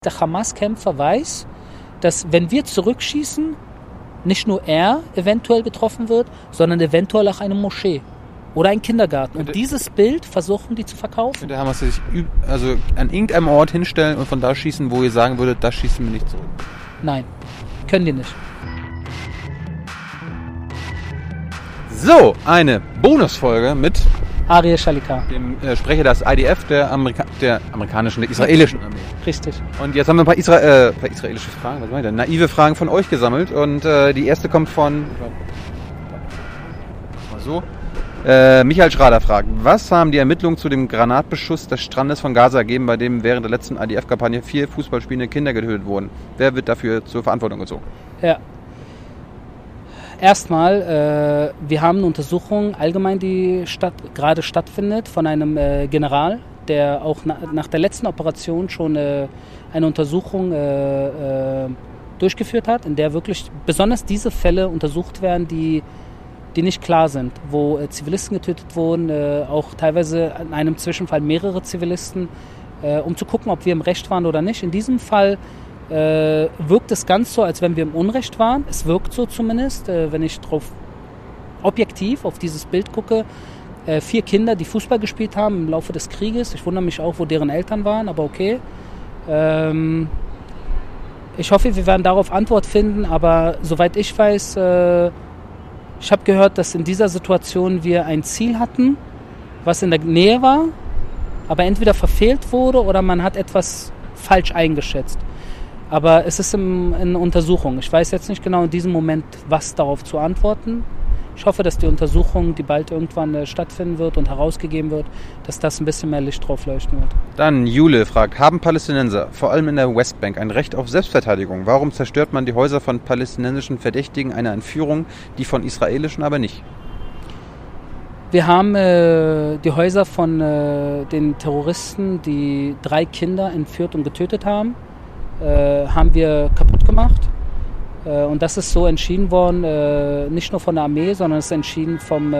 Der Hamas-Kämpfer weiß, dass wenn wir zurückschießen, nicht nur er eventuell getroffen wird, sondern eventuell auch eine Moschee oder ein Kindergarten. Und dieses Bild versuchen die zu verkaufen. Und der Hamas sich an irgendeinem Ort hinstellen und von da schießen, wo ihr sagen würdet, da schießen wir nicht zurück. Nein, können die nicht. So, eine Bonusfolge mit Ariel Shalika, dem Sprecher des IDF, der israelischen Armee. Richtig. Und jetzt haben wir ein paar israelische Fragen, naive Fragen von euch gesammelt. Und die erste kommt von Michael Schrader fragt, was haben die Ermittlungen zu dem Granatbeschuss des Strandes von Gaza ergeben, bei dem während der letzten IDF-Kampagne 4 fußballspielende Kinder getötet wurden? Wer wird dafür zur Verantwortung gezogen? Ja. Erstmal, wir haben eine Untersuchung allgemein, die gerade stattfindet, von einem General, der auch nach der letzten Operation schon eine Untersuchung durchgeführt hat, in der wirklich besonders diese Fälle untersucht werden, die nicht klar sind, wo Zivilisten getötet wurden, auch teilweise in einem Zwischenfall mehrere Zivilisten, um zu gucken, ob wir im Recht waren oder nicht. In diesem Fall wirkt es ganz so, als wenn wir im Unrecht waren. Es wirkt so zumindest, wenn ich objektiv auf dieses Bild gucke. 4 Kinder, die Fußball gespielt haben im Laufe des Krieges. Ich wundere mich auch, wo deren Eltern waren, aber okay. Ich hoffe, wir werden darauf Antwort finden, aber soweit ich weiß, ich habe gehört, dass in dieser Situation wir ein Ziel hatten, was in der Nähe war, aber entweder verfehlt wurde oder man hat etwas falsch eingeschätzt. Aber es ist in Untersuchung. Ich weiß jetzt nicht genau in diesem Moment, was darauf zu antworten. Ich hoffe, dass die Untersuchung, die bald irgendwann stattfinden wird und herausgegeben wird, dass das ein bisschen mehr Licht drauf leuchten wird. Dann Jule fragt, haben Palästinenser, vor allem in der Westbank, ein Recht auf Selbstverteidigung? Warum zerstört man die Häuser von palästinensischen Verdächtigen einer Entführung, die von israelischen aber nicht? Wir haben die Häuser von den Terroristen, die 3 Kinder entführt und getötet haben, haben wir kaputt gemacht. Und das ist so entschieden worden, nicht nur von der Armee, sondern es ist entschieden vom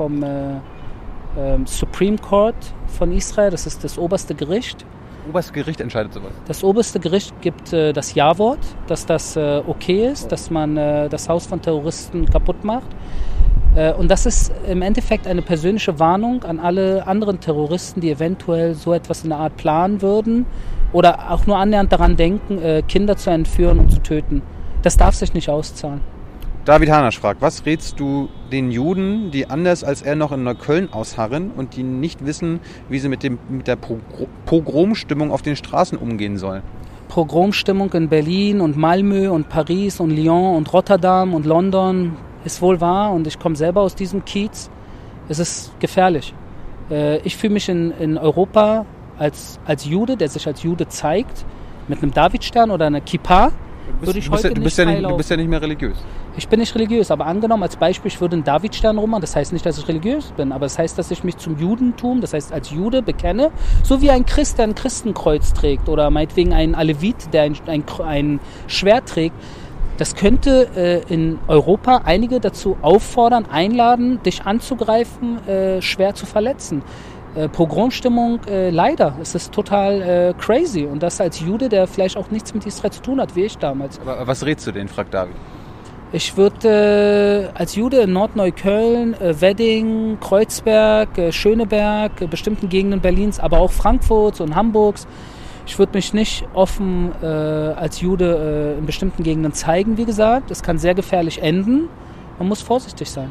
Supreme Court von Israel. Das ist das oberste Gericht. Das oberste Gericht entscheidet sowas? Das oberste Gericht gibt das Ja-Wort, dass das okay ist, dass man das Haus von Terroristen kaputt macht. Und das ist im Endeffekt eine persönliche Warnung an alle anderen Terroristen, die eventuell so etwas in der Art planen würden oder auch nur annähernd daran denken, Kinder zu entführen und zu töten. Das darf sich nicht auszahlen. David Hanasch fragt, was rätst du den Juden, die anders als er noch in Neukölln ausharren und die nicht wissen, wie sie mit der Pogromstimmung auf den Straßen umgehen sollen? Pogromstimmung in Berlin und Malmö und Paris und Lyon und Rotterdam und London ist wohl wahr und ich komme selber aus diesem Kiez. Es ist gefährlich. Ich fühle mich in Europa als Jude, der sich als Jude zeigt, mit einem Davidstern oder einer Kippa. Du bist ja nicht mehr religiös. Ich bin nicht religiös, aber angenommen als Beispiel, ich würde einen Davidstern rummachen, das heißt nicht, dass ich religiös bin, aber das heißt, dass ich mich zum Judentum, das heißt als Jude bekenne, so wie ein Christ, der ein Christenkreuz trägt oder meinetwegen ein Alevit, der ein Schwert trägt. Das könnte in Europa einige dazu auffordern, einladen, dich anzugreifen, schwer zu verletzen. Pogromstimmung, leider. Es ist total crazy. Und das als Jude, der vielleicht auch nichts mit Israel zu tun hat, wie ich damals. Aber was rätst du denen, fragt David? Ich würde als Jude in Nordneukölln, Wedding, Kreuzberg, Schöneberg, bestimmten Gegenden Berlins, aber auch Frankfurts und Hamburgs, ich würde mich nicht offen als Jude in bestimmten Gegenden zeigen, wie gesagt. Es kann sehr gefährlich enden. Man muss vorsichtig sein.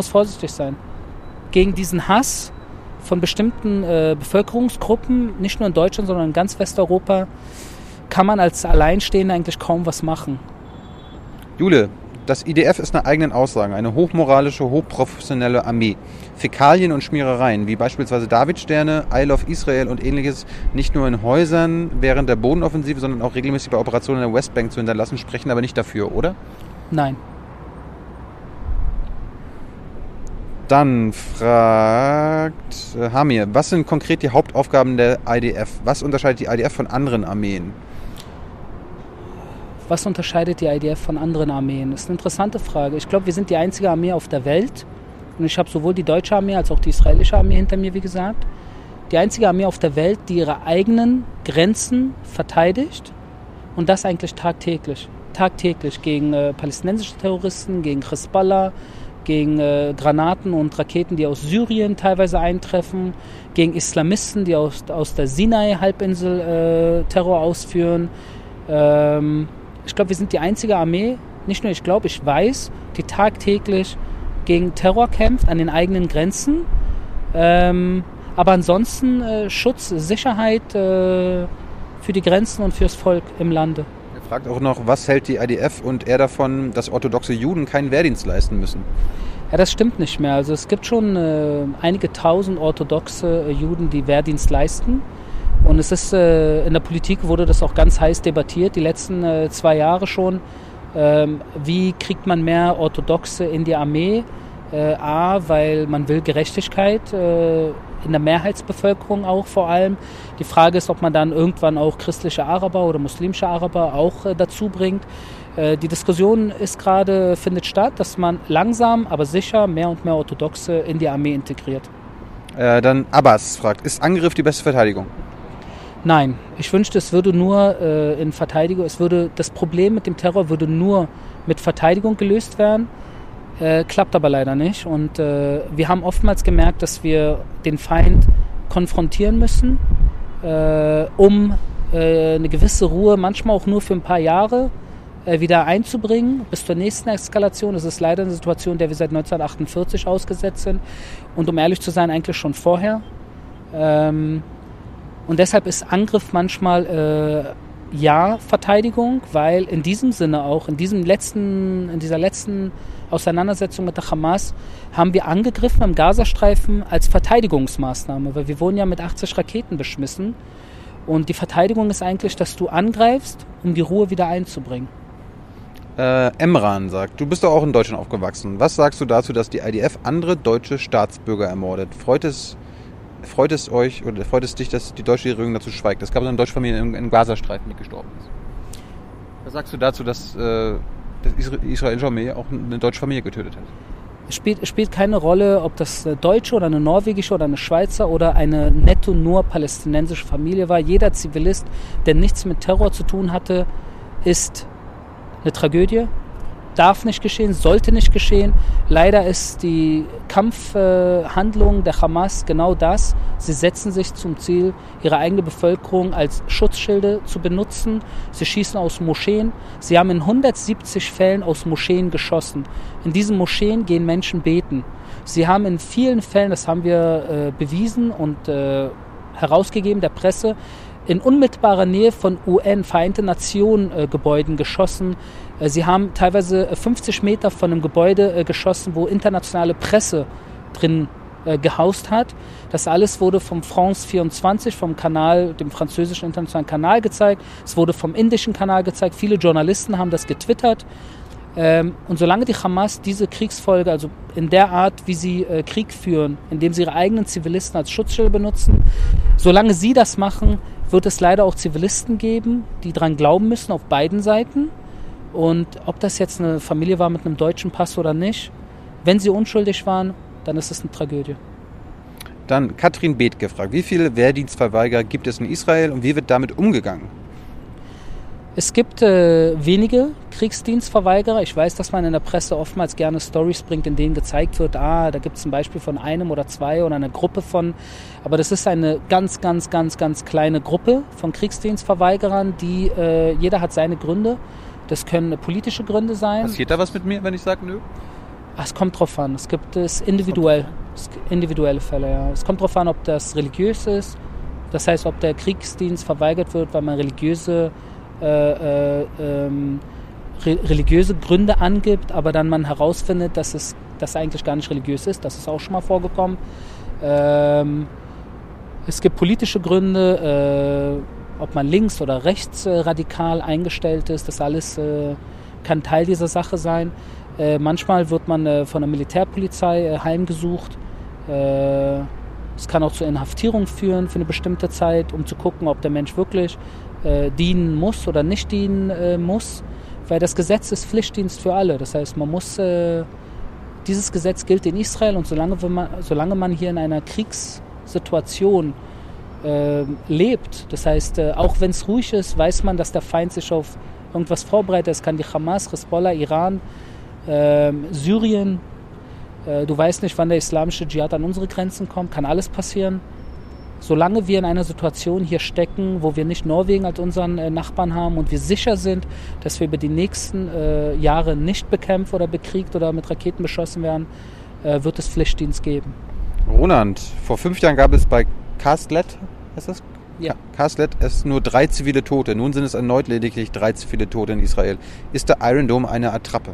Gegen diesen Hass von bestimmten Bevölkerungsgruppen, nicht nur in Deutschland, sondern in ganz Westeuropa, kann man als Alleinstehender eigentlich kaum was machen. Jule, das IDF ist nach eigenen Aussagen eine hochmoralische, hochprofessionelle Armee. Fäkalien und Schmierereien, wie beispielsweise Davidsterne, I Love Israel und ähnliches, nicht nur in Häusern während der Bodenoffensive, sondern auch regelmäßig bei Operationen in der Westbank zu hinterlassen, sprechen aber nicht dafür, oder? Nein. Dann fragt Hamir, was sind konkret die Hauptaufgaben der IDF? Was unterscheidet die IDF von anderen Armeen? Was unterscheidet die IDF von anderen Armeen? Das ist eine interessante Frage. Ich glaube, wir sind die einzige Armee auf der Welt. Und ich habe sowohl die deutsche Armee als auch die israelische Armee hinter mir, wie gesagt. Die einzige Armee auf der Welt, die ihre eigenen Grenzen verteidigt und das eigentlich tagtäglich. Tagtäglich gegen palästinensische Terroristen, gegen Hisbollah, gegen Granaten und Raketen, die aus Syrien teilweise eintreffen, gegen Islamisten, die aus der Sinai-Halbinsel Terror ausführen. Ich glaube, wir sind die einzige Armee, nicht nur ich glaube, ich weiß, die tagtäglich gegen Terror kämpft an den eigenen Grenzen. Aber ansonsten Schutz, Sicherheit für die Grenzen und fürs Volk im Lande. Er fragt auch noch, was hält die IDF und er davon, dass orthodoxe Juden keinen Wehrdienst leisten müssen? Ja, das stimmt nicht mehr. Also es gibt schon einige tausend orthodoxe Juden, die Wehrdienst leisten. Und es ist in der Politik wurde das auch ganz heiß debattiert, die letzten 2 Jahre schon. Wie kriegt man mehr Orthodoxe in die Armee? Weil man will Gerechtigkeit in der Mehrheitsbevölkerung auch vor allem. Die Frage ist, ob man dann irgendwann auch christliche Araber oder muslimische Araber auch dazu bringt. Die Diskussion findet statt, dass man langsam, aber sicher mehr und mehr Orthodoxe in die Armee integriert. Dann Abbas fragt, ist Angriff die beste Verteidigung? Nein, ich wünschte, es würde nur in Verteidigung, das Problem mit dem Terror würde nur mit Verteidigung gelöst werden. Klappt aber leider nicht. Und wir haben oftmals gemerkt, dass wir den Feind konfrontieren müssen, um eine gewisse Ruhe, manchmal auch nur für ein paar Jahre, wieder einzubringen, bis zur nächsten Eskalation. Das ist leider eine Situation, der wir seit 1948 ausgesetzt sind. Und um ehrlich zu sein, eigentlich schon vorher. Und deshalb ist Angriff manchmal Verteidigung, weil in diesem Sinne auch, in dieser letzten Auseinandersetzung mit der Hamas haben wir angegriffen am Gazastreifen als Verteidigungsmaßnahme, weil wir wurden ja mit 80 Raketen beschmissen. Und die Verteidigung ist eigentlich, dass du angreifst, um die Ruhe wieder einzubringen. Emran sagt, du bist doch auch in Deutschland aufgewachsen. Was sagst du dazu, dass die IDF andere deutsche Staatsbürger ermordet? Freut es dich, dass die deutsche Regierung dazu schweigt? Es gab so eine deutsche Familie im Gazastreifen, die gestorben ist. Was sagst du dazu, dass die israelische Armee auch eine deutsche Familie getötet hat? Es spielt keine Rolle, ob das eine deutsche oder eine norwegische oder eine Schweizer oder eine netto nur palästinensische Familie war. Jeder Zivilist, der nichts mit Terror zu tun hatte, ist eine Tragödie. Darf nicht geschehen, sollte nicht geschehen. Leider ist die Kampfhandlung der Hamas genau das. Sie setzen sich zum Ziel, ihre eigene Bevölkerung als Schutzschilde zu benutzen. Sie schießen aus Moscheen. Sie haben in 170 Fällen aus Moscheen geschossen. In diesen Moscheen gehen Menschen beten. Sie haben in vielen Fällen, das haben wir bewiesen und herausgegeben der Presse, in unmittelbarer Nähe von UN, Vereinte Nationen Gebäuden geschossen. Sie haben teilweise 50 Meter von einem Gebäude geschossen, wo internationale Presse drin gehaust hat. Das alles wurde vom France 24, vom Kanal, dem französischen internationalen Kanal gezeigt. Es wurde vom indischen Kanal gezeigt. Viele Journalisten haben das getwittert. Und solange die Hamas diese Kriegsfolge, also in der Art, wie sie Krieg führen, indem sie ihre eigenen Zivilisten als Schutzschilde benutzen, solange sie das machen, wird es leider auch Zivilisten geben, die daran glauben müssen, auf beiden Seiten. Und ob das jetzt eine Familie war mit einem deutschen Pass oder nicht, wenn sie unschuldig waren, dann ist es eine Tragödie. Dann Katrin Beeth gefragt, wie viele Wehrdienstverweigerer gibt es in Israel und wie wird damit umgegangen? Es gibt wenige Kriegsdienstverweigerer. Ich weiß, dass man in der Presse oftmals gerne Storys bringt, in denen gezeigt wird, da gibt es ein Beispiel von einem oder zwei oder eine Gruppe von. Aber das ist eine ganz, ganz, ganz, ganz kleine Gruppe von Kriegsdienstverweigerern, die jeder hat seine Gründe. Das können politische Gründe sein. Passiert da was mit mir, wenn ich sage nö? Es kommt drauf an. Es gibt individuelle Fälle. Ja. Es kommt drauf an, ob das religiös ist. Das heißt, ob der Kriegsdienst verweigert wird, weil man religiöse Gründe angibt, aber dann man herausfindet, dass das eigentlich gar nicht religiös ist. Das ist auch schon mal vorgekommen. Es gibt politische Gründe, ob man links- oder rechtsradikal eingestellt ist. Das alles kann Teil dieser Sache sein. Manchmal wird man von der Militärpolizei heimgesucht. Es kann auch zur Inhaftierung führen für eine bestimmte Zeit, um zu gucken, ob der Mensch wirklich dienen muss oder nicht dienen muss, weil das Gesetz ist Pflichtdienst für alle. Das heißt, man muss, dieses Gesetz gilt in Israel und solange man hier in einer Kriegssituation lebt. Das heißt, auch wenn es ruhig ist, weiß man, dass der Feind sich auf irgendwas vorbereitet. Es kann die Hamas, Hezbollah, Iran, Syrien. Du weißt nicht, wann der islamische Dschihad an unsere Grenzen kommt. Kann alles passieren. Solange wir in einer Situation hier stecken, wo wir nicht Norwegen als unseren Nachbarn haben und wir sicher sind, dass wir über die nächsten Jahre nicht bekämpft oder bekriegt oder mit Raketen beschossen werden, wird es Pflichtdienst geben. Roland, vor 5 Jahren gab es bei Karslet, heißt das? Ja. Karslet, es nur 3 zivile Tote. Nun sind es erneut lediglich 3 zivile Tote in Israel. Ist der Iron Dome eine Attrappe?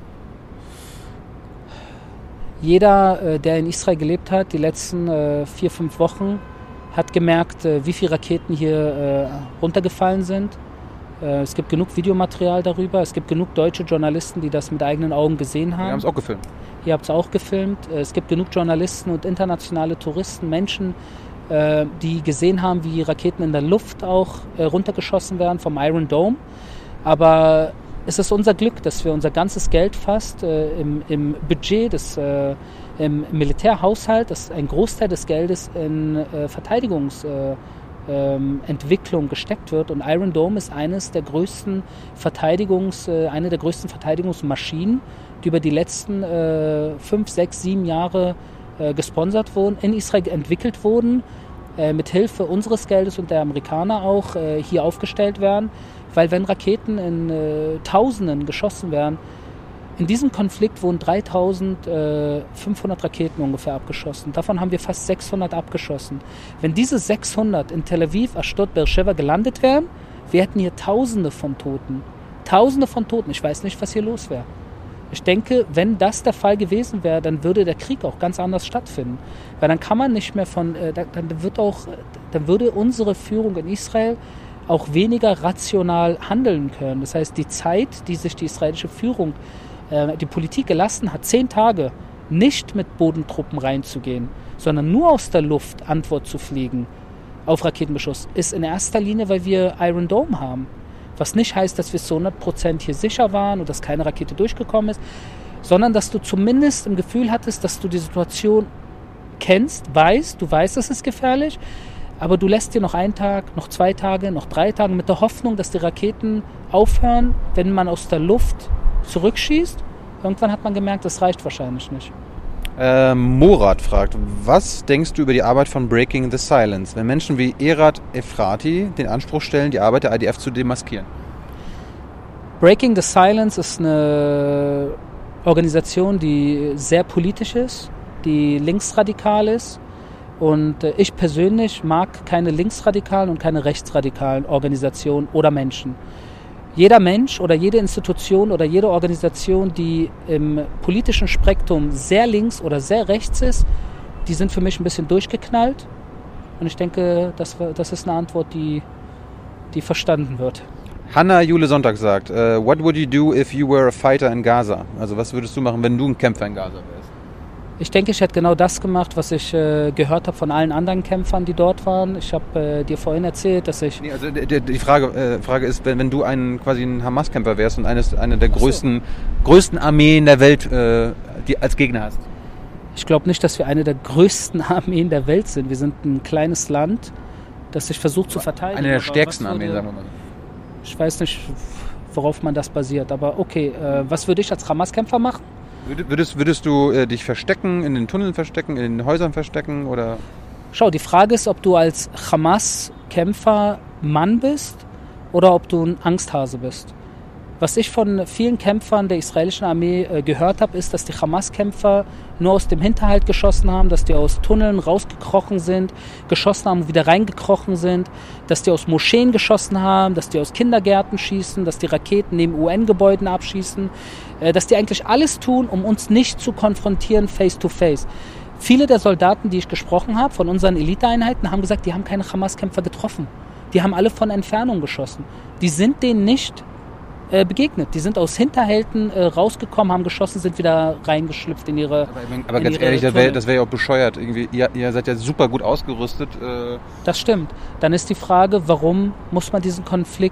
Jeder, der in Israel gelebt hat, die letzten 4-5 Wochen, hat gemerkt, wie viele Raketen hier runtergefallen sind. Es gibt genug Videomaterial darüber. Es gibt genug deutsche Journalisten, die das mit eigenen Augen gesehen haben. Wir haben es auch gefilmt. Ihr habt es auch gefilmt. Es gibt genug Journalisten und internationale Touristen, Menschen, die gesehen haben, wie Raketen in der Luft auch runtergeschossen werden vom Iron Dome. Aber es ist unser Glück, dass wir unser ganzes Geld fast im Budget im Militärhaushalt, dass ein Großteil des Geldes in Verteidigungsentwicklung gesteckt wird. Und Iron Dome ist eine der größten Verteidigungsmaschinen, die über die letzten 5, 6, 7 Jahre gesponsert wurden, in Israel entwickelt wurden, mit Hilfe unseres Geldes und der Amerikaner auch hier aufgestellt werden. Weil wenn Raketen in Tausenden geschossen werden, in diesem Konflikt wurden 3.500 Raketen ungefähr abgeschossen. Davon haben wir fast 600 abgeschossen. Wenn diese 600 in Tel Aviv, Ashdod, Beersheva gelandet wären, wir hätten hier Tausende von Toten. Tausende von Toten. Ich weiß nicht, was hier los wäre. Ich denke, wenn das der Fall gewesen wäre, dann würde der Krieg auch ganz anders stattfinden. Weil dann kann man nicht mehr dann würde unsere Führung in Israel auch weniger rational handeln können. Das heißt, die Zeit, die sich die israelische Führung, die Politik gelassen hat, 10 Tage nicht mit Bodentruppen reinzugehen, sondern nur aus der Luft Antwort zu fliegen auf Raketenbeschuss, ist in erster Linie, weil wir Iron Dome haben. Was nicht heißt, dass wir zu 100% hier sicher waren und dass keine Rakete durchgekommen ist, sondern dass du zumindest im Gefühl hattest, dass du die Situation kennst, du weißt, es ist gefährlich, aber du lässt dir noch 1 Tag, noch 2 Tage, noch 3 Tage mit der Hoffnung, dass die Raketen aufhören, wenn man aus der Luft zurückschießt. Irgendwann hat man gemerkt, das reicht wahrscheinlich nicht. Morat fragt, was denkst du über die Arbeit von Breaking the Silence, wenn Menschen wie Erat Efrati den Anspruch stellen, die Arbeit der IDF zu demaskieren? Breaking the Silence ist eine Organisation, die sehr politisch ist, die linksradikal ist. Und ich persönlich mag keine linksradikalen und keine rechtsradikalen Organisationen oder Menschen. Jeder Mensch oder jede Institution oder jede Organisation, die im politischen Spektrum sehr links oder sehr rechts ist, die sind für mich ein bisschen durchgeknallt. Und ich denke, das ist eine Antwort, die verstanden wird. Hanna Jule Sonntag sagt, what would you do if you were a fighter in Gaza? Also was würdest du machen, wenn du ein Kämpfer in Gaza wärst? Ich denke, ich hätte genau das gemacht, was ich gehört habe von allen anderen Kämpfern, die dort waren. Ich habe dir vorhin erzählt, dass ich... Nee, also die Frage ist, wenn du quasi ein Hamas-Kämpfer wärst und eine der größten Armeen der Welt die als Gegner hast. Ich glaube nicht, dass wir eine der größten Armeen der Welt sind. Wir sind ein kleines Land, das sich versucht zu verteidigen. Eine der stärksten Armeen, sagen wir mal. Ich weiß nicht, worauf man das basiert. Aber okay, was würde ich als Hamas-Kämpfer machen? Würdest du dich verstecken, in den Tunneln verstecken, in den Häusern verstecken? Oder? Schau, die Frage ist, ob du als Hamas-Kämpfer Mann bist oder ob du ein Angsthase bist. Was ich von vielen Kämpfern der israelischen Armee gehört habe, ist, dass die Hamas-Kämpfer nur aus dem Hinterhalt geschossen haben, dass die aus Tunneln rausgekrochen sind, geschossen haben und wieder reingekrochen sind, dass die aus Moscheen geschossen haben, dass die aus Kindergärten schießen, dass die Raketen neben UN-Gebäuden abschießen, dass die eigentlich alles tun, um uns nicht zu konfrontieren face to face. Viele der Soldaten, die ich gesprochen habe, von unseren Eliteeinheiten, haben gesagt, die haben keine Hamas-Kämpfer getroffen. Die haben alle von Entfernung geschossen. Die sind denen nicht begegnet. Die sind aus Hinterhälten rausgekommen, haben geschossen, sind wieder reingeschlüpft in ihre Aber ganz ehrlich, das wäre ja auch bescheuert. Irgendwie, ihr seid ja super gut ausgerüstet. Das stimmt. Dann ist die Frage, warum muss man diesen Konflikt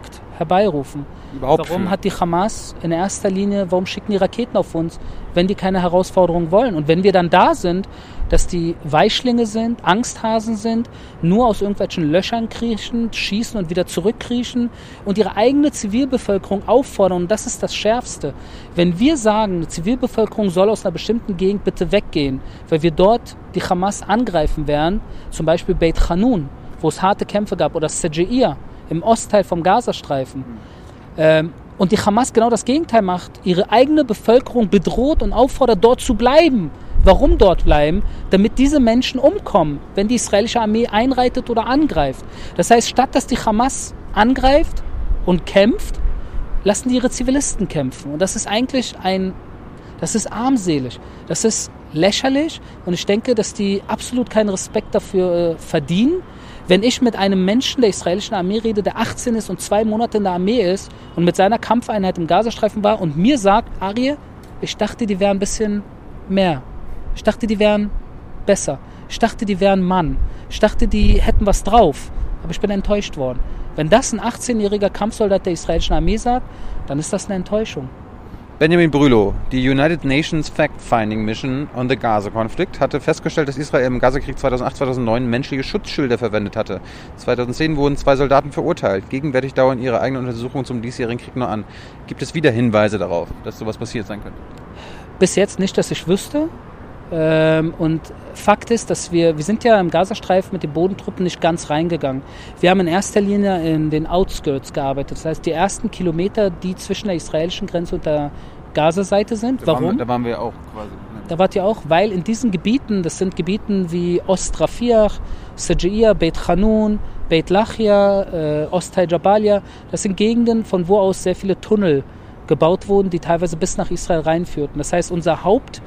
herbeirufen. Warum hat die Hamas in erster Linie, warum schicken die Raketen auf uns, wenn die keine Herausforderung wollen? Und wenn wir dann da sind, dass die Weichlinge sind, Angsthasen sind, nur aus irgendwelchen Löchern kriechen, schießen und wieder zurückkriechen und ihre eigene Zivilbevölkerung auffordern, und das ist das Schärfste. Wenn wir sagen, die Zivilbevölkerung soll aus einer bestimmten Gegend bitte weggehen, weil wir dort die Hamas angreifen werden, zum Beispiel Beit Hanun, wo es harte Kämpfe gab, oder Sejeir im Ostteil vom Gazastreifen, und die Hamas genau das Gegenteil macht, ihre eigene Bevölkerung bedroht und auffordert, dort zu bleiben. Warum dort bleiben? Damit diese Menschen umkommen, wenn die israelische Armee einreitet oder angreift. Das heißt, statt dass die Hamas angreift und kämpft, lassen die ihre Zivilisten kämpfen. Und das ist eigentlich das ist armselig, das ist lächerlich, und ich denke, dass die absolut keinen Respekt dafür verdienen. Wenn ich mit einem Menschen der israelischen Armee rede, der 18 ist und 2 Monate in der Armee ist und mit seiner Kampfeinheit im Gazastreifen war und mir sagt, Arie, ich dachte, die wären ein bisschen mehr. Ich dachte, die wären besser. Ich dachte, die wären Mann. Ich dachte, die hätten was drauf. Aber ich bin enttäuscht worden. Wenn das ein 18-jähriger Kampfsoldat der israelischen Armee sagt, dann ist das eine Enttäuschung. Benjamin Brülow, die United Nations Fact-Finding Mission on the Gaza-Konflikt, hatte festgestellt, dass Israel im Gazakrieg 2008-2009 menschliche Schutzschilder verwendet hatte. 2010 wurden 2 Soldaten verurteilt. Gegenwärtig dauern ihre eigenen Untersuchungen zum diesjährigen Krieg noch an. Gibt es wieder Hinweise darauf, dass sowas passiert sein könnte? Bis jetzt nicht, dass ich wüsste. Und Fakt ist, dass wir sind ja im Gazastreifen mit den Bodentruppen nicht ganz reingegangen. Wir haben in erster Linie in den Outskirts gearbeitet. Das heißt, die ersten Kilometer, die zwischen der israelischen Grenze und der Gaza-Seite sind. Warum? Da waren wir auch quasi. Da wart ihr auch, weil in diesen Gebieten, das sind Gebieten wie Ost-Rafiah, Sejeir, Beit Hanun, Beit Lachia, Ostteil Jabalia, das sind Gegenden, von wo aus sehr viele Tunnel gebaut wurden, die teilweise bis nach Israel reinführten. Das heißt, unser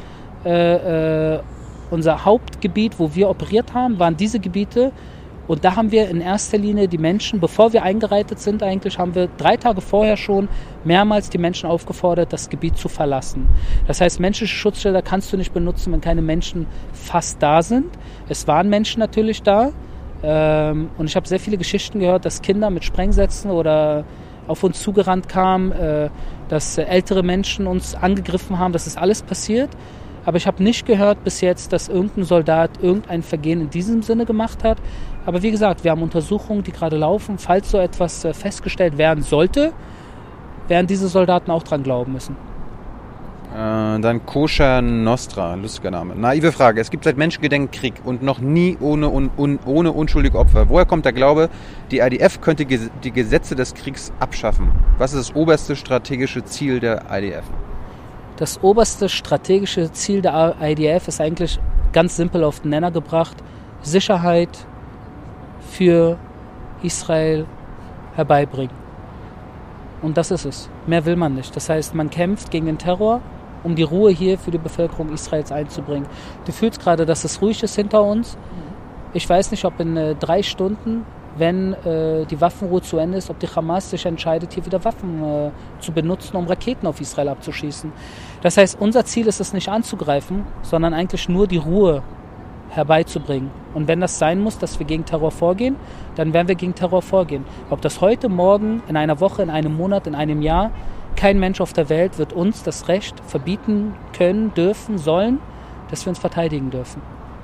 Hauptgebiet, wo wir operiert haben, waren diese Gebiete, und da haben wir in erster Linie die Menschen, bevor wir eingereitet sind eigentlich, haben wir 3 Tage vorher schon mehrmals die Menschen aufgefordert, das Gebiet zu verlassen. Das heißt, menschliche Schutzschilder kannst du nicht benutzen, wenn keine Menschen fast da sind. Es waren Menschen natürlich da, und ich habe sehr viele Geschichten gehört, dass Kinder mit Sprengsätzen oder auf uns zugerannt kamen, dass ältere Menschen uns angegriffen haben, das ist alles passiert. Aber ich habe nicht gehört bis jetzt, dass irgendein Soldat irgendein Vergehen in diesem Sinne gemacht hat. Aber wie gesagt, wir haben Untersuchungen, die gerade laufen. Falls so etwas festgestellt werden sollte, werden diese Soldaten auch dran glauben müssen. Dann Kosher Nostra, lustiger Name. Naive Frage. Es gibt seit Menschengedenken Krieg und noch nie ohne unschuldige Opfer. Woher kommt der Glaube, die IDF könnte die Gesetze des Kriegs abschaffen? Was ist das oberste strategische Ziel der IDF? Das oberste strategische Ziel der IDF ist eigentlich ganz simpel auf den Nenner gebracht: Sicherheit für Israel herbeibringen. Und das ist es. Mehr will man nicht. Das heißt, man kämpft gegen den Terror, um die Ruhe hier für die Bevölkerung Israels einzubringen. Du fühlst gerade, dass es ruhig ist hinter uns. Ich weiß nicht, ob in 3 Stunden, wenn die Waffenruhe zu Ende ist, ob die Hamas sich entscheidet, hier wieder Waffen zu benutzen, um Raketen auf Israel abzuschießen. Das heißt, unser Ziel ist es nicht anzugreifen, sondern eigentlich nur die Ruhe herbeizubringen. Und wenn das sein muss, dass wir gegen Terror vorgehen, dann werden wir gegen Terror vorgehen. Ob das heute, morgen, in einer Woche, in einem Monat, in einem Jahr, kein Mensch auf der Welt wird uns das Recht verbieten können, dürfen, sollen, dass wir uns verteidigen dürfen.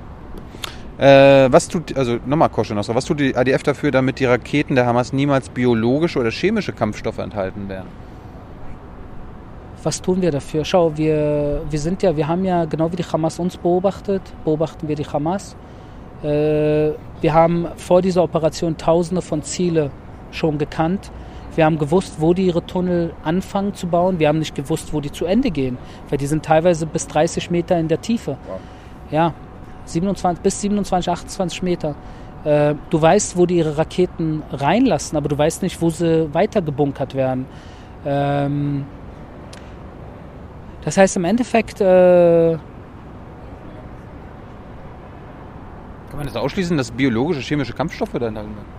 Was tut die IDF dafür, damit die Raketen der Hamas niemals biologische oder chemische Kampfstoffe enthalten werden? Was tun wir dafür? Schau, wir haben ja, genau wie die Hamas uns beobachten wir die Hamas. Wir haben vor dieser Operation Tausende von Ziele schon gekannt. Wir haben gewusst, wo die ihre Tunnel anfangen zu bauen. Wir haben nicht gewusst, wo die zu Ende gehen, weil die sind teilweise bis 30 Meter in der Tiefe. Wow. Ja, 27, 28 Meter. Du weißt, wo die ihre Raketen reinlassen, aber du weißt nicht, wo sie weiter gebunkert werden. Das heißt im Endeffekt... Kann man das ausschließen, dass biologische, chemische Kampfstoffe da enthalten werden?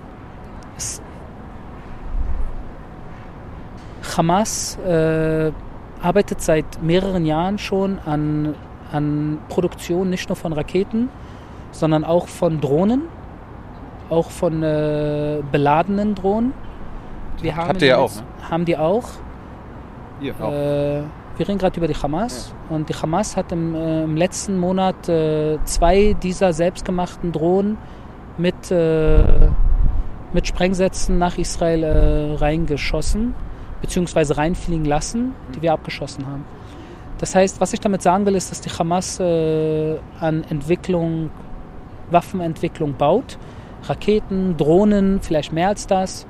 Hamas arbeitet seit mehreren Jahren schon an Produktion nicht nur von Raketen, sondern auch von Drohnen, auch von beladenen Drohnen. Habt ihr ja auch, ne? Haben die auch. Ihr auch. Wir reden gerade über die Hamas. Ja. Und die Hamas hat im letzten Monat 2 dieser selbstgemachten Drohnen mit Sprengsätzen nach Israel reingeschossen, beziehungsweise reinfliegen lassen, die wir abgeschossen haben. Das heißt, was ich damit sagen will, ist, dass die Hamas an Waffenentwicklung baut. Raketen, Drohnen, vielleicht mehr als das.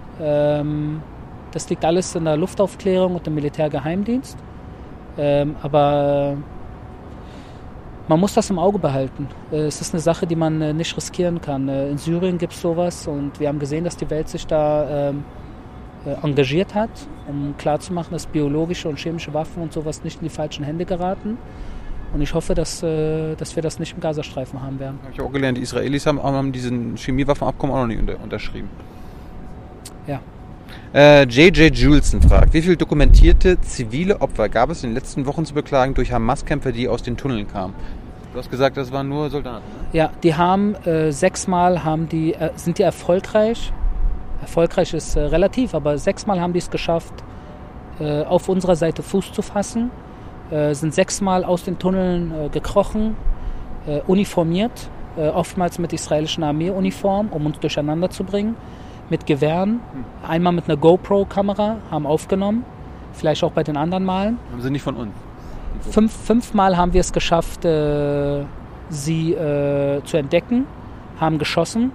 Das liegt alles in der Luftaufklärung und im Militärgeheimdienst. Aber man muss das im Auge behalten. Es ist eine Sache, die man nicht riskieren kann. In Syrien gibt es sowas und wir haben gesehen, dass die Welt sich da engagiert hat, um klarzumachen, dass biologische und chemische Waffen und sowas nicht in die falschen Hände geraten. Und ich hoffe, dass wir das nicht im Gazastreifen haben werden. Habe ich auch gelernt, die Israelis haben diesen Chemiewaffenabkommen auch noch nicht unterschrieben. Ja. J.J. Julesen fragt, wie viele dokumentierte zivile Opfer gab es in den letzten Wochen zu beklagen durch Hamas-Kämpfer, die aus den Tunneln kamen? Du hast gesagt, das waren nur Soldaten. Ne? Ja, die haben 6-mal sind die erfolgreich. Erfolgreich ist relativ, aber 6-mal haben die es geschafft, auf unserer Seite Fuß zu fassen. Sind 6-mal aus den Tunneln gekrochen, uniformiert, oftmals mit israelischen Armeeuniform, um uns durcheinander zu bringen. Mit Gewehren, einmal mit einer GoPro-Kamera, haben aufgenommen, vielleicht auch bei den anderen Malen. Haben sie nicht von uns? 5-mal haben wir es geschafft, sie zu entdecken, haben geschossen.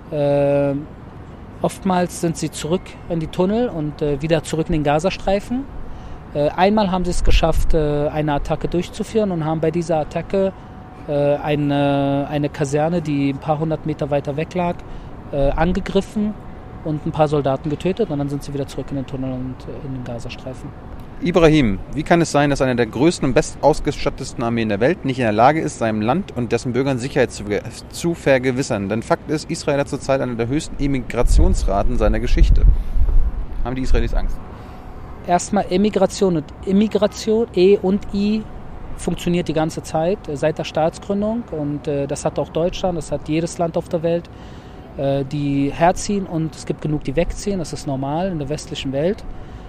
Oftmals sind sie zurück in die Tunnel und wieder zurück in den Gazastreifen. Einmal haben sie es geschafft, eine Attacke durchzuführen und haben bei dieser Attacke eine Kaserne, die ein paar 100 Meter weiter weg lag, angegriffen und ein paar Soldaten getötet und dann sind sie wieder zurück in den Tunnel und in den Gazastreifen. Ibrahim, wie kann es sein, dass eine der größten und bestausgestattetsten Armeen der Welt nicht in der Lage ist, seinem Land und dessen Bürgern Sicherheit zu vergewissern? Denn Fakt ist, Israel hat zurzeit eine der höchsten Emigrationsraten seiner Geschichte. Haben die Israelis Angst? Erstmal Emigration und Immigration, E und I, funktioniert die ganze Zeit, seit der Staatsgründung. Und das hat auch Deutschland, das hat jedes Land auf der Welt, die herziehen und es gibt genug, die wegziehen. Das ist normal in der westlichen Welt.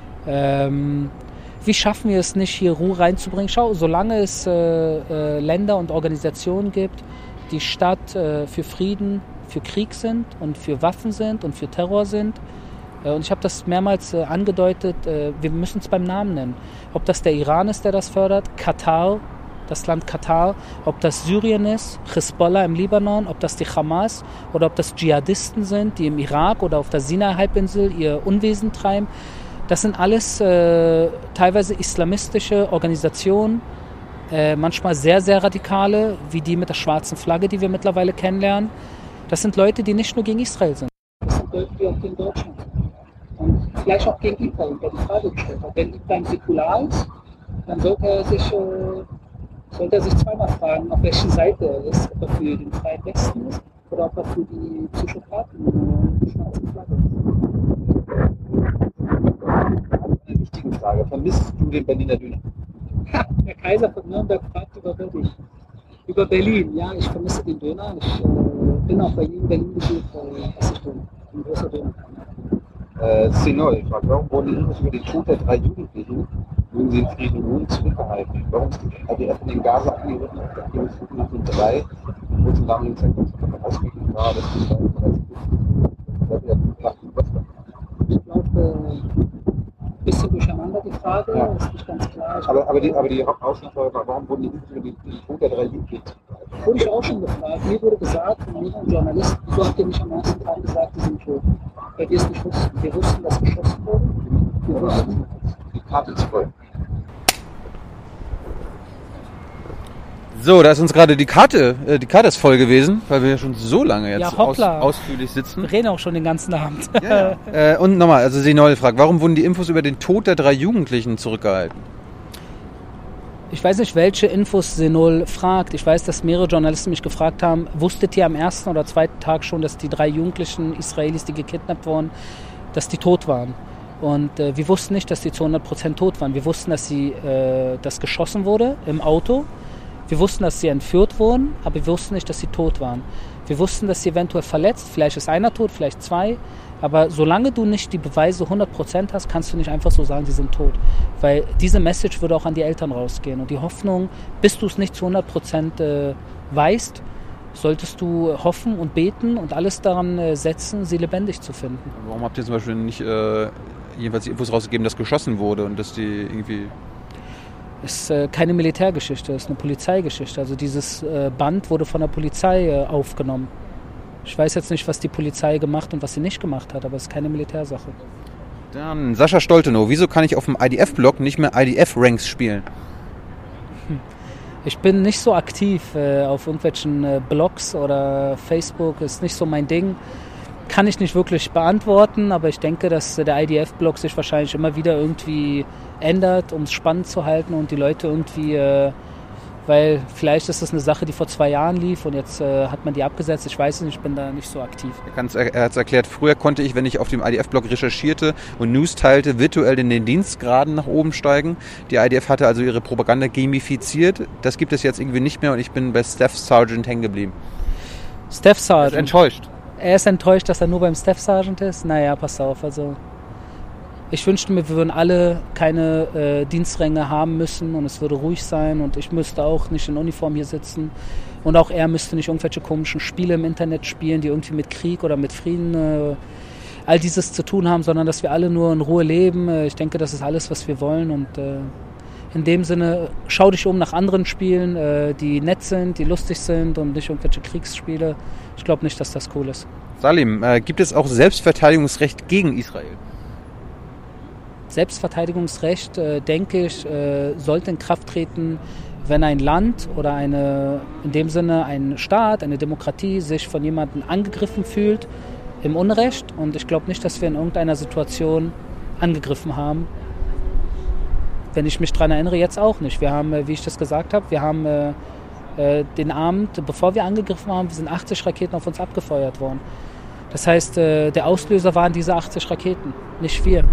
Wie schaffen wir es nicht, hier Ruhe reinzubringen? Schau, solange es Länder und Organisationen gibt, die statt für Frieden, für Krieg sind und für Waffen sind und für Terror sind, und ich habe das mehrmals angedeutet, wir müssen es beim Namen nennen. Ob das der Iran ist, der das fördert, Katar, das Land Katar, ob das Syrien ist, Hisbollah im Libanon, ob das die Hamas oder ob das Dschihadisten sind, die im Irak oder auf der Sinai-Halbinsel ihr Unwesen treiben. Das sind alles teilweise islamistische Organisationen, manchmal sehr, sehr radikale, wie die mit der schwarzen Flagge, die wir mittlerweile kennenlernen. Das sind Leute, die nicht nur gegen Israel sind. Das sind Leute, die auch gegen Deutschland sind. Und vielleicht auch gegen Ibrahim, der die Frage gestellt hat. Wenn Ibrahim säkular ist, dann sollte er sich zweimal fragen, auf welcher Seite er ist, ob er für den Freien Westen ist oder ob er für die Psychopathen die schwarze Flagge ist. Eine wichtige Frage. Vermisst du den Berliner Döner? Ja, der Kaiser von Nürnberg fragt über Berlin. Ja, ich vermisse den Döner. Ich bin auch bei jedem Berlin-Besuch, esse ich Döner. Ein großer Döner. Senol fragt, warum wurden die Infos über den Tod der 3 Jugendlichen, wurden sie in Frieden Ruhen zurückgehalten? Warum ist die ADF in den Gaza angegriffen auf der Flug nach den 3, wo zum damaligen Zeitpunkt davon ausgegangen war, dass die 2 bereits Ich glaube, ein bisschen durcheinander die Frage, ja. Ist nicht ganz klar. Aber die Hauptaussage war, warum wurden die Infos über den Tod der 3 Jugendlichen? Wurde ich auch schon gefragt. Mir wurde gesagt von mehreren Journalisten, wieso habt ihr nicht am ersten Tag gesagt, die sind tot? Weil wir es nicht wussten. Wir wussten, dass geschossen wurde. Wir wussten. Die Karte ist voll. So, da ist uns gerade die Karte ist voll gewesen, weil wir ja schon so lange jetzt ausführlich sitzen. Wir reden auch schon den ganzen Abend. Ja. Und nochmal, also Senol fragt, warum wurden die Infos über den Tod der 3 Jugendlichen zurückgehalten? Ich weiß nicht, welche Infos Senol fragt. Ich weiß, dass mehrere Journalisten mich gefragt haben, wusstet ihr am ersten oder zweiten Tag schon, dass die 3 jugendlichen Israelis, die gekidnappt wurden, dass die tot waren? Und wir wussten nicht, dass die zu 100% tot waren. Wir wussten, dass geschossen wurde im Auto. Wir wussten, dass sie entführt wurden, aber wir wussten nicht, dass sie tot waren. Wir wussten, dass sie eventuell verletzt, vielleicht ist einer tot, vielleicht 2, Aber solange du nicht die Beweise 100% hast, kannst du nicht einfach so sagen, sie sind tot. Weil diese Message würde auch an die Eltern rausgehen. Und die Hoffnung, bis du es nicht zu 100% weißt, solltest du hoffen und beten und alles daran setzen, sie lebendig zu finden. Warum habt ihr zum Beispiel nicht jedenfalls die Infos rausgegeben, dass geschossen wurde und dass die irgendwie... Ist keine Militärgeschichte, ist eine Polizeigeschichte. Also dieses Band wurde von der Polizei aufgenommen. Ich weiß jetzt nicht, was die Polizei gemacht und was sie nicht gemacht hat, aber es ist keine Militärsache. Dann Sascha Stoltenow, wieso kann ich auf dem IDF-Blog nicht mehr IDF-Ranks spielen? Ich bin nicht so aktiv auf irgendwelchen Blogs oder Facebook, ist nicht so mein Ding. Kann ich nicht wirklich beantworten, aber ich denke, dass der IDF-Blog sich wahrscheinlich immer wieder irgendwie ändert, um es spannend zu halten und die Leute irgendwie, weil vielleicht ist das eine Sache, die vor 2 Jahren lief und jetzt hat man die abgesetzt. Ich weiß nicht, ich bin da nicht so aktiv. Er hat es erklärt, früher konnte ich, wenn ich auf dem IDF-Blog recherchierte und News teilte, virtuell in den Dienstgraden nach oben steigen. Die IDF hatte also ihre Propaganda gamifiziert. Das gibt es jetzt irgendwie nicht mehr und ich bin bei Staff Sergeant hängen geblieben. Staff Sergeant? Er ist enttäuscht. Er ist enttäuscht, dass er nur beim Staff Sergeant ist? Naja, pass auf, also... Ich wünschte mir, wir würden alle keine Dienstränge haben müssen und es würde ruhig sein und ich müsste auch nicht in Uniform hier sitzen und auch er müsste nicht irgendwelche komischen Spiele im Internet spielen, die irgendwie mit Krieg oder mit Frieden all dieses zu tun haben, sondern dass wir alle nur in Ruhe leben. Ich denke, das ist alles, was wir wollen und in dem Sinne, schau dich um nach anderen Spielen, die nett sind, die lustig sind und nicht irgendwelche Kriegsspiele. Ich glaube nicht, dass das cool ist. Salim, gibt es auch Selbstverteidigungsrecht gegen Israel? Selbstverteidigungsrecht, denke ich, sollte in Kraft treten, wenn ein Land oder in dem Sinne ein Staat, eine Demokratie sich von jemandem angegriffen fühlt im Unrecht. Und ich glaube nicht, dass wir in irgendeiner Situation angegriffen haben. Wenn ich mich daran erinnere, jetzt auch nicht. Wir haben, wie ich das gesagt habe, wir haben den Abend, bevor wir angegriffen haben, sind 80 Raketen auf uns abgefeuert worden. Das heißt, der Auslöser waren diese 80 Raketen, nicht wir.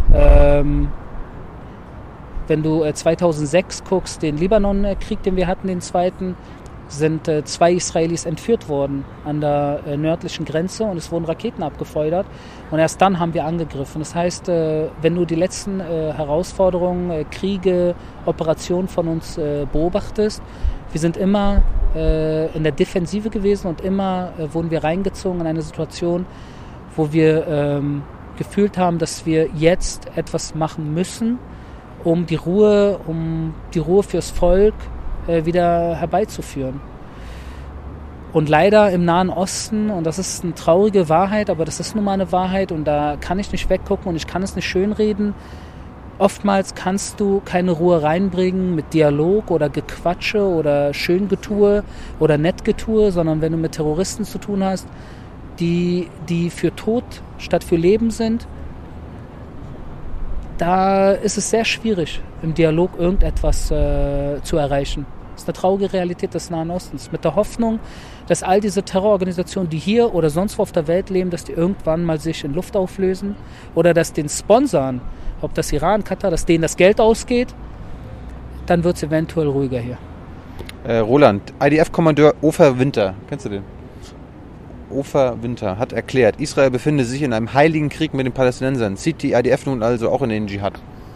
Wenn du 2006 guckst, den Libanon-Krieg, den wir hatten, den zweiten, sind 2 Israelis entführt worden an der nördlichen Grenze und es wurden Raketen abgefeuert und erst dann haben wir angegriffen. Das heißt, wenn du die letzten Herausforderungen, Kriege, Operationen von uns beobachtest, wir sind immer in der Defensive gewesen und immer wurden wir reingezogen in eine Situation, wo wir gefühlt haben, dass wir jetzt etwas machen müssen, um die Ruhe fürs Volk wieder herbeizuführen. Und leider im Nahen Osten, und das ist eine traurige Wahrheit, aber das ist nun mal eine Wahrheit und da kann ich nicht weggucken und ich kann es nicht schönreden, oftmals kannst du keine Ruhe reinbringen mit Dialog oder Gequatsche oder Schöngetue oder Nettgetue, sondern wenn du mit Terroristen zu tun hast, die für Tod statt für Leben sind, da ist es sehr schwierig, im Dialog irgendetwas zu erreichen. Das ist eine traurige Realität des Nahen Ostens. Mit der Hoffnung, dass all diese Terrororganisationen, die hier oder sonst wo auf der Welt leben, dass die irgendwann mal sich in Luft auflösen oder dass den Sponsoren, ob das Iran, Katar, dass denen das Geld ausgeht, dann wird es eventuell ruhiger hier. Roland, IDF-Kommandeur Ofer Winter, kennst du den? Ofer Winter hat erklärt, Israel befinde sich in einem heiligen Krieg mit den Palästinensern. Zieht die IDF nun also auch in den Dschihad?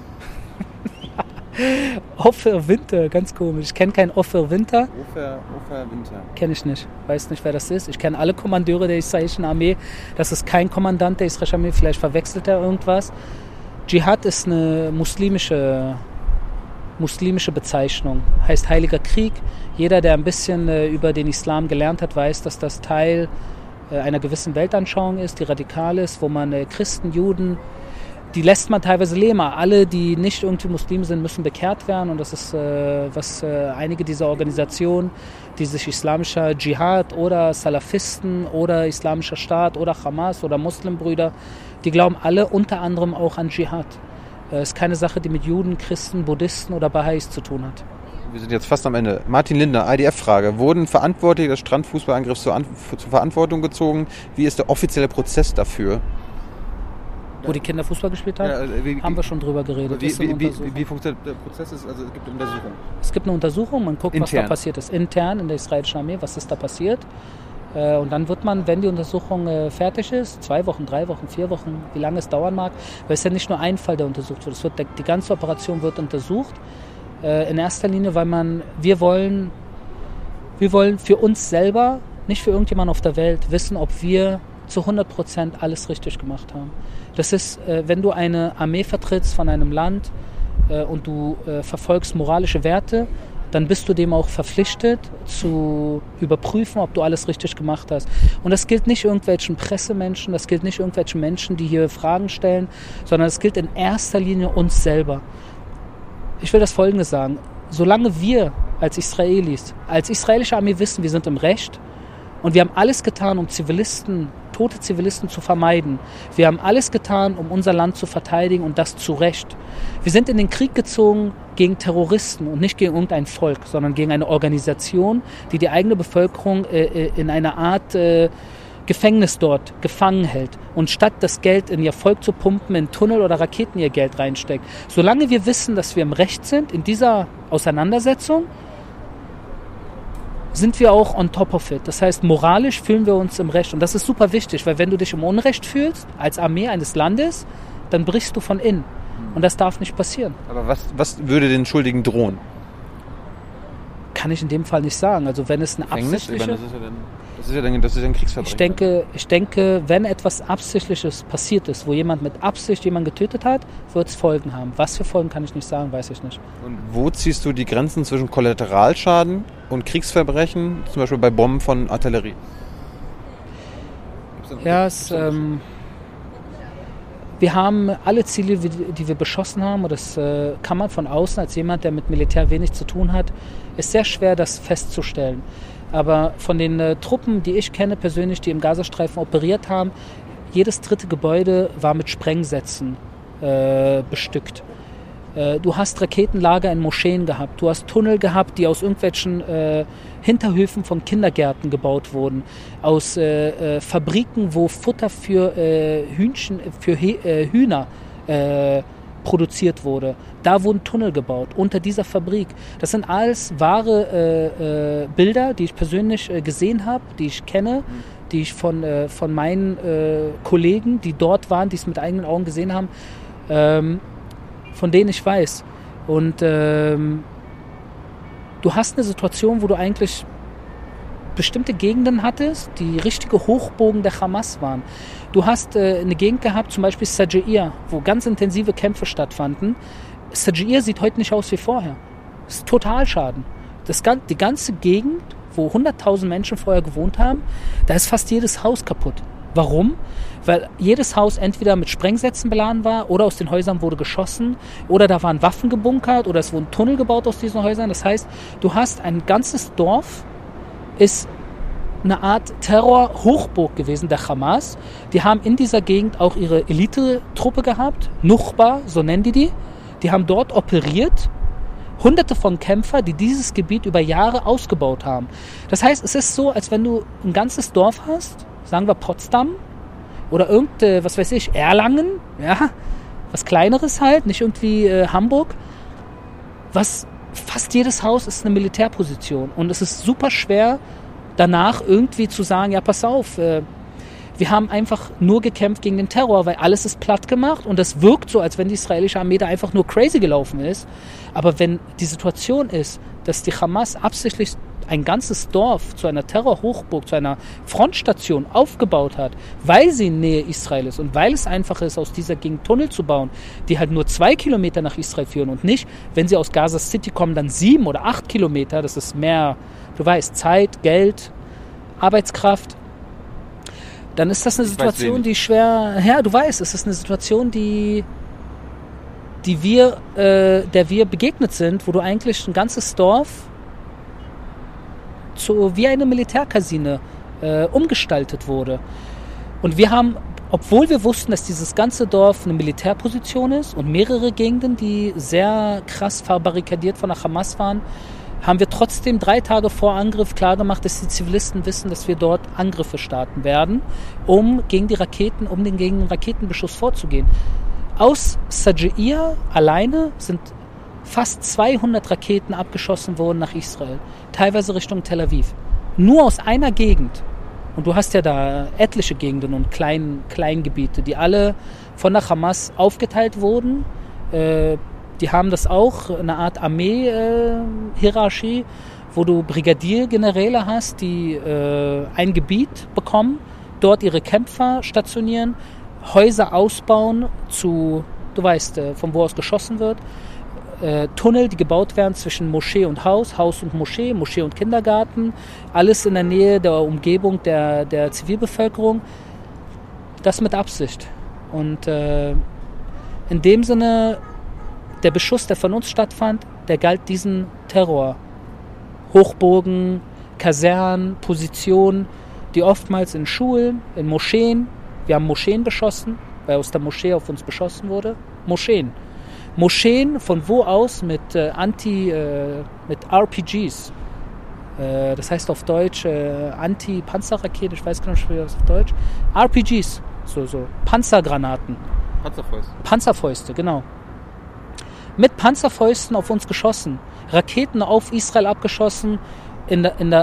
Ofer Winter, ganz komisch. Ich kenne keinen Ofer Winter. Ofer Winter. Kenne ich nicht. Weiß nicht, wer das ist. Ich kenne alle Kommandeure der israelischen Armee. Das ist kein Kommandant der israelischen Armee. Vielleicht verwechselt er irgendwas. Dschihad ist eine muslimische Bezeichnung. Heißt Heiliger Krieg. Jeder, der ein bisschen über den Islam gelernt hat, weiß, dass das Teil einer gewissen Weltanschauung ist, die radikal ist, wo man Christen, Juden, die lässt man teilweise leben. Alle, die nicht irgendwie Muslim sind, müssen bekehrt werden. Und das ist, was einige dieser Organisationen, die sich islamischer Dschihad oder Salafisten oder Islamischer Staat oder Hamas oder Muslimbrüder, die glauben alle unter anderem auch an Dschihad. Es ist keine Sache, die mit Juden, Christen, Buddhisten oder Baha'is zu tun hat. Wir sind jetzt fast am Ende. Martin Lindner, IDF-Frage. Wurden Verantwortliche des Strandfußballangriffs zur Verantwortung gezogen? Wie ist der offizielle Prozess dafür? Wo die Kinder Fußball gespielt haben? Ja, haben wir schon drüber geredet. Wie funktioniert der Prozess? Also es gibt eine Untersuchung. Es gibt eine Untersuchung, man guckt, intern. Was da passiert ist. Intern in der israelischen Armee, was ist da passiert. Und dann wird man, wenn die Untersuchung fertig ist, 2 Wochen, 3 Wochen, 4 Wochen, wie lange es dauern mag, weil es ja nicht nur ein Fall, der untersucht wird. Die ganze Operation wird untersucht. In erster Linie, weil wir wollen für uns selber, nicht für irgendjemanden auf der Welt, wissen, ob wir zu 100% alles richtig gemacht haben. Das ist, wenn du eine Armee vertrittst von einem Land und du verfolgst moralische Werte, dann bist du dem auch verpflichtet zu überprüfen, ob du alles richtig gemacht hast. Und das gilt nicht irgendwelchen Pressemenschen, das gilt nicht irgendwelchen Menschen, die hier Fragen stellen, sondern es gilt in erster Linie uns selber. Ich will das Folgende sagen. Solange wir als Israelis, als israelische Armee wissen, wir sind im Recht und wir haben alles getan, um tote Zivilisten zu vermeiden. Wir haben alles getan, um unser Land zu verteidigen und das zu Recht. Wir sind in den Krieg gezogen gegen Terroristen und nicht gegen irgendein Volk, sondern gegen eine Organisation, die eigene Bevölkerung in einer Art Gefängnis dort gefangen hält und statt das Geld in ihr Volk zu pumpen, in Tunnel oder Raketen ihr Geld reinsteckt. Solange wir wissen, dass wir im Recht sind in dieser Auseinandersetzung, sind wir auch on top of it. Das heißt, moralisch fühlen wir uns im Recht. Und das ist super wichtig, weil wenn du dich im Unrecht fühlst, als Armee eines Landes, dann brichst du von innen. Und das darf nicht passieren. Aber was würde den Schuldigen drohen? Kann ich in dem Fall nicht sagen. Also wenn es eine absichtliche... Das ist ja ein Kriegsverbrechen. Ich denke, wenn etwas Absichtliches passiert ist, wo jemand mit Absicht jemanden getötet hat, wird es Folgen haben. Was für Folgen, kann ich nicht sagen, weiß ich nicht. Und wo ziehst du die Grenzen zwischen Kollateralschaden und Kriegsverbrechen, zum Beispiel bei Bomben von Artillerie? Ja, wir haben alle Ziele, die wir beschossen haben, und das kann man von außen als jemand, der mit Militär wenig zu tun hat, ist sehr schwer, das festzustellen. Aber von den Truppen, die ich kenne persönlich, die im Gazastreifen operiert haben, jedes dritte Gebäude war mit Sprengsätzen bestückt. Du hast Raketenlager in Moscheen gehabt, du hast Tunnel gehabt, die aus irgendwelchen Hinterhöfen von Kindergärten gebaut wurden, aus Fabriken, wo Futter für Hühner produziert wurde. Da wurden Tunnel gebaut, unter dieser Fabrik. Das sind alles wahre Bilder, die ich persönlich gesehen habe, die ich kenne, die ich von meinen Kollegen, die dort waren, die es mit eigenen Augen gesehen haben, von denen ich weiß. Und du hast eine Situation, wo du eigentlich bestimmte Gegenden hattest, die richtige Hochbogen der Hamas waren. Du hast eine Gegend gehabt, zum Beispiel Sajir, wo ganz intensive Kämpfe stattfanden. Sajir sieht heute nicht aus wie vorher. Das ist Totalschaden. Die ganze Gegend, wo 100.000 Menschen vorher gewohnt haben, da ist fast jedes Haus kaputt. Warum? Weil jedes Haus entweder mit Sprengsätzen beladen war oder aus den Häusern wurde geschossen oder da waren Waffen gebunkert oder es wurden Tunnel gebaut aus diesen Häusern. Das heißt, du hast ein ganzes Dorf, ist eine Art Terror-Hochburg gewesen, der Hamas. Die haben in dieser Gegend auch ihre Elite-Truppe gehabt, Nuchba, so nennen die. Die haben dort operiert, Hunderte von Kämpfer, die dieses Gebiet über Jahre ausgebaut haben. Das heißt, es ist so, als wenn du ein ganzes Dorf hast, sagen wir Potsdam oder was weiß ich, Erlangen, ja, was Kleineres halt, nicht irgendwie Hamburg, fast jedes Haus ist eine Militärposition und es ist super schwer, danach irgendwie zu sagen, ja, pass auf, wir haben einfach nur gekämpft gegen den Terror, weil alles ist platt gemacht und das wirkt so, als wenn die israelische Armee da einfach nur crazy gelaufen ist. Aber wenn die Situation ist, dass die Hamas absichtlich ein ganzes Dorf zu einer Terrorhochburg, zu einer Frontstation aufgebaut hat, weil sie in Nähe Israel ist und weil es einfach ist, aus dieser Gegend Tunnel zu bauen, die halt nur 2 Kilometer nach Israel führen und nicht, wenn sie aus Gaza City kommen, dann 7 oder 8 Kilometer, das ist mehr, du weißt, Zeit, Geld, Arbeitskraft, dann ist das eine Situation, die schwer, ja, du weißt, es ist eine Situation, der wir begegnet sind, wo du eigentlich ein ganzes Dorf wie eine Militärkaserne umgestaltet wurde. Und wir haben, obwohl wir wussten, dass dieses ganze Dorf eine Militärposition ist und mehrere Gegenden, die sehr krass verbarrikadiert von der Hamas waren, haben wir trotzdem 3 Tage vor Angriff klargemacht, dass die Zivilisten wissen, dass wir dort Angriffe starten werden, um gegen den Raketenbeschuss vorzugehen. Aus Sajir alleine sind fast 200 Raketen abgeschossen worden nach Israel, teilweise Richtung Tel Aviv. Nur aus einer Gegend. Und du hast ja da etliche Gegenden und Kleingebiete, die alle von der Hamas aufgeteilt wurden. Die haben das auch, eine Art Armee-Hierarchie, wo du Brigadiergeneräle hast, die ein Gebiet bekommen, dort ihre Kämpfer stationieren, Häuser ausbauen zu, du weißt, von wo aus geschossen wird, Tunnel, die gebaut werden zwischen Moschee und Haus, Haus und Moschee, Moschee und Kindergarten, alles in der Nähe der Umgebung der Zivilbevölkerung. Das mit Absicht. Und in dem Sinne, der Beschuss, der von uns stattfand, der galt diesen Terror. Hochburgen, Kasernen, Positionen, die oftmals in Schulen, in Moscheen, wir haben Moscheen beschossen, weil aus der Moschee auf uns beschossen wurde. Moscheen, von wo aus mit mit RPGs, das heißt auf Deutsch Anti-Panzerraketen, ich weiß gar nicht, wie das auf Deutsch, RPGs, so Panzergranaten. Panzerfäuste, genau. Mit Panzerfäusten auf uns geschossen, Raketen auf Israel abgeschossen, in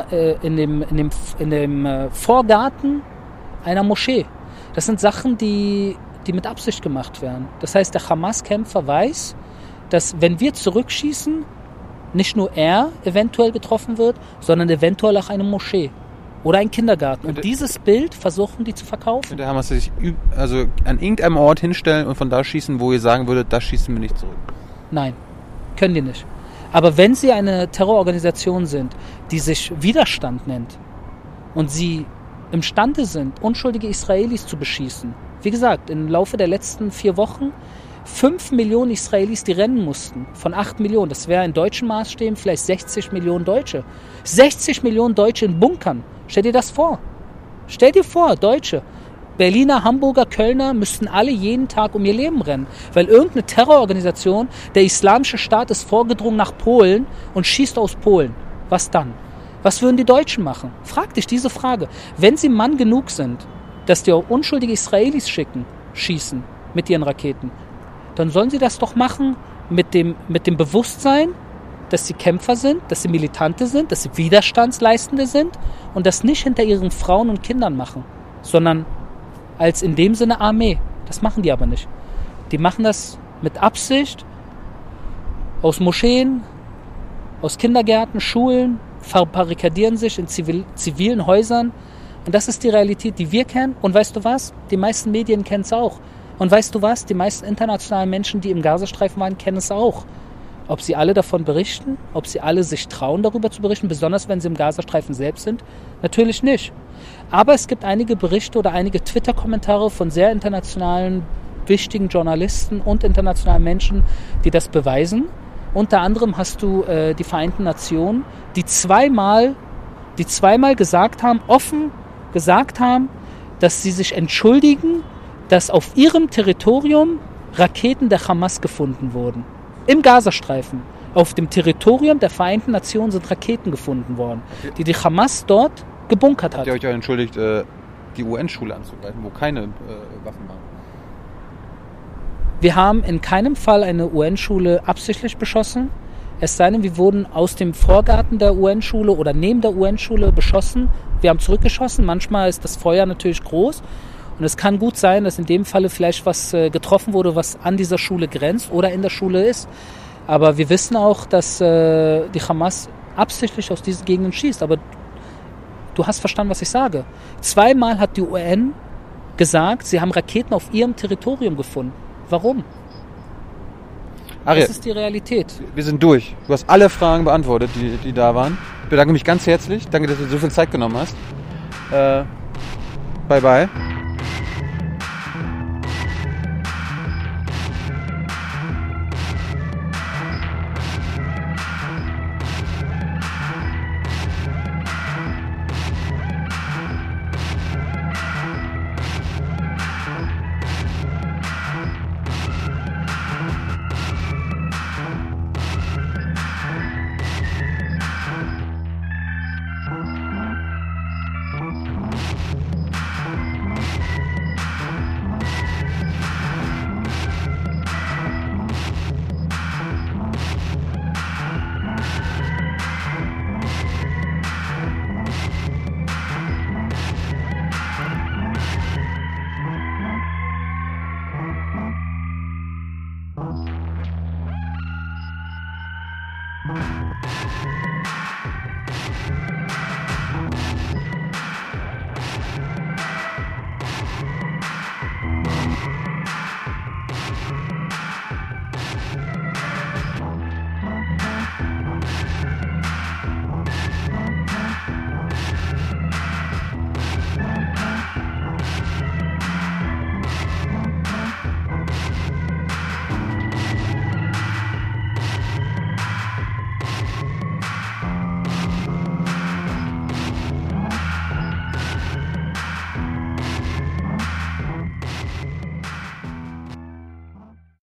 dem Vorgarten einer Moschee. Das sind Sachen, die mit Absicht gemacht werden. Das heißt, der Hamas-Kämpfer weiß, dass wenn wir zurückschießen, nicht nur er eventuell getroffen wird, sondern eventuell auch eine Moschee oder ein Kindergarten. Und dieses Bild versuchen die zu verkaufen. Und der Hamas sich also an irgendeinem Ort hinstellen und von da schießen, wo ihr sagen würdet, da schießen wir nicht zurück. Nein, können die nicht. Aber wenn sie eine Terrororganisation sind, die sich Widerstand nennt und sie imstande sind, unschuldige Israelis zu beschießen, wie gesagt, im Laufe der letzten 4 Wochen 5 Millionen Israelis, die rennen mussten, von 8 Millionen. Das wäre in deutschen Maßstäben vielleicht 60 Millionen Deutsche. 60 Millionen Deutsche in Bunkern. Stell dir das vor. Stell dir vor, Deutsche. Berliner, Hamburger, Kölner müssten alle jeden Tag um ihr Leben rennen, weil irgendeine Terrororganisation, der Islamische Staat, ist vorgedrungen nach Polen und schießt aus Polen. Was dann? Was würden die Deutschen machen? Frag dich diese Frage. Wenn sie Mann genug sind, dass die auch unschuldige Israelis schießen mit ihren Raketen, dann sollen sie das doch machen mit dem Bewusstsein, dass sie Kämpfer sind, dass sie Militante sind, dass sie Widerstandsleistende sind und das nicht hinter ihren Frauen und Kindern machen, sondern als in dem Sinne Armee. Das machen die aber nicht. Die machen das mit Absicht aus Moscheen, aus Kindergärten, Schulen, verbarrikadieren sich in zivilen Häusern. Und das ist die Realität, die wir kennen. Und weißt du was? Die meisten Medien kennen es auch. Und weißt du was? Die meisten internationalen Menschen, die im Gazastreifen waren, kennen es auch. Ob sie alle davon berichten, ob sie alle sich trauen, darüber zu berichten, besonders wenn sie im Gazastreifen selbst sind, natürlich nicht. Aber es gibt einige Berichte oder einige Twitter-Kommentare von sehr internationalen, wichtigen Journalisten und internationalen Menschen, die das beweisen. Unter anderem hast du die Vereinten Nationen, die zweimal gesagt haben, offen gesagt haben, dass sie sich entschuldigen, dass auf ihrem Territorium Raketen der Hamas gefunden wurden. Im Gazastreifen. Auf dem Territorium der Vereinten Nationen sind Raketen gefunden worden, die Hamas dort gebunkert hat. Habt ihr euch ja entschuldigt, die UN-Schule anzugreifen, wo keine Waffen waren? Wir haben in keinem Fall eine UN-Schule absichtlich beschossen. Es sei denn, wir wurden aus dem Vorgarten der UN-Schule oder neben der UN-Schule beschossen. Wir haben zurückgeschossen. Manchmal ist das Feuer natürlich groß. Und es kann gut sein, dass in dem Falle vielleicht was getroffen wurde, was an dieser Schule grenzt oder in der Schule ist. Aber wir wissen auch, dass die Hamas absichtlich aus diesen Gegenden schießt. Aber du hast verstanden, was ich sage. Zweimal hat die UN gesagt, sie haben Raketen auf ihrem Territorium gefunden. Warum? Ariel, das ist die Realität. Wir sind durch. Du hast alle Fragen beantwortet, die da waren. Ich bedanke mich ganz herzlich. Danke, dass du so viel Zeit genommen hast. Bye, bye.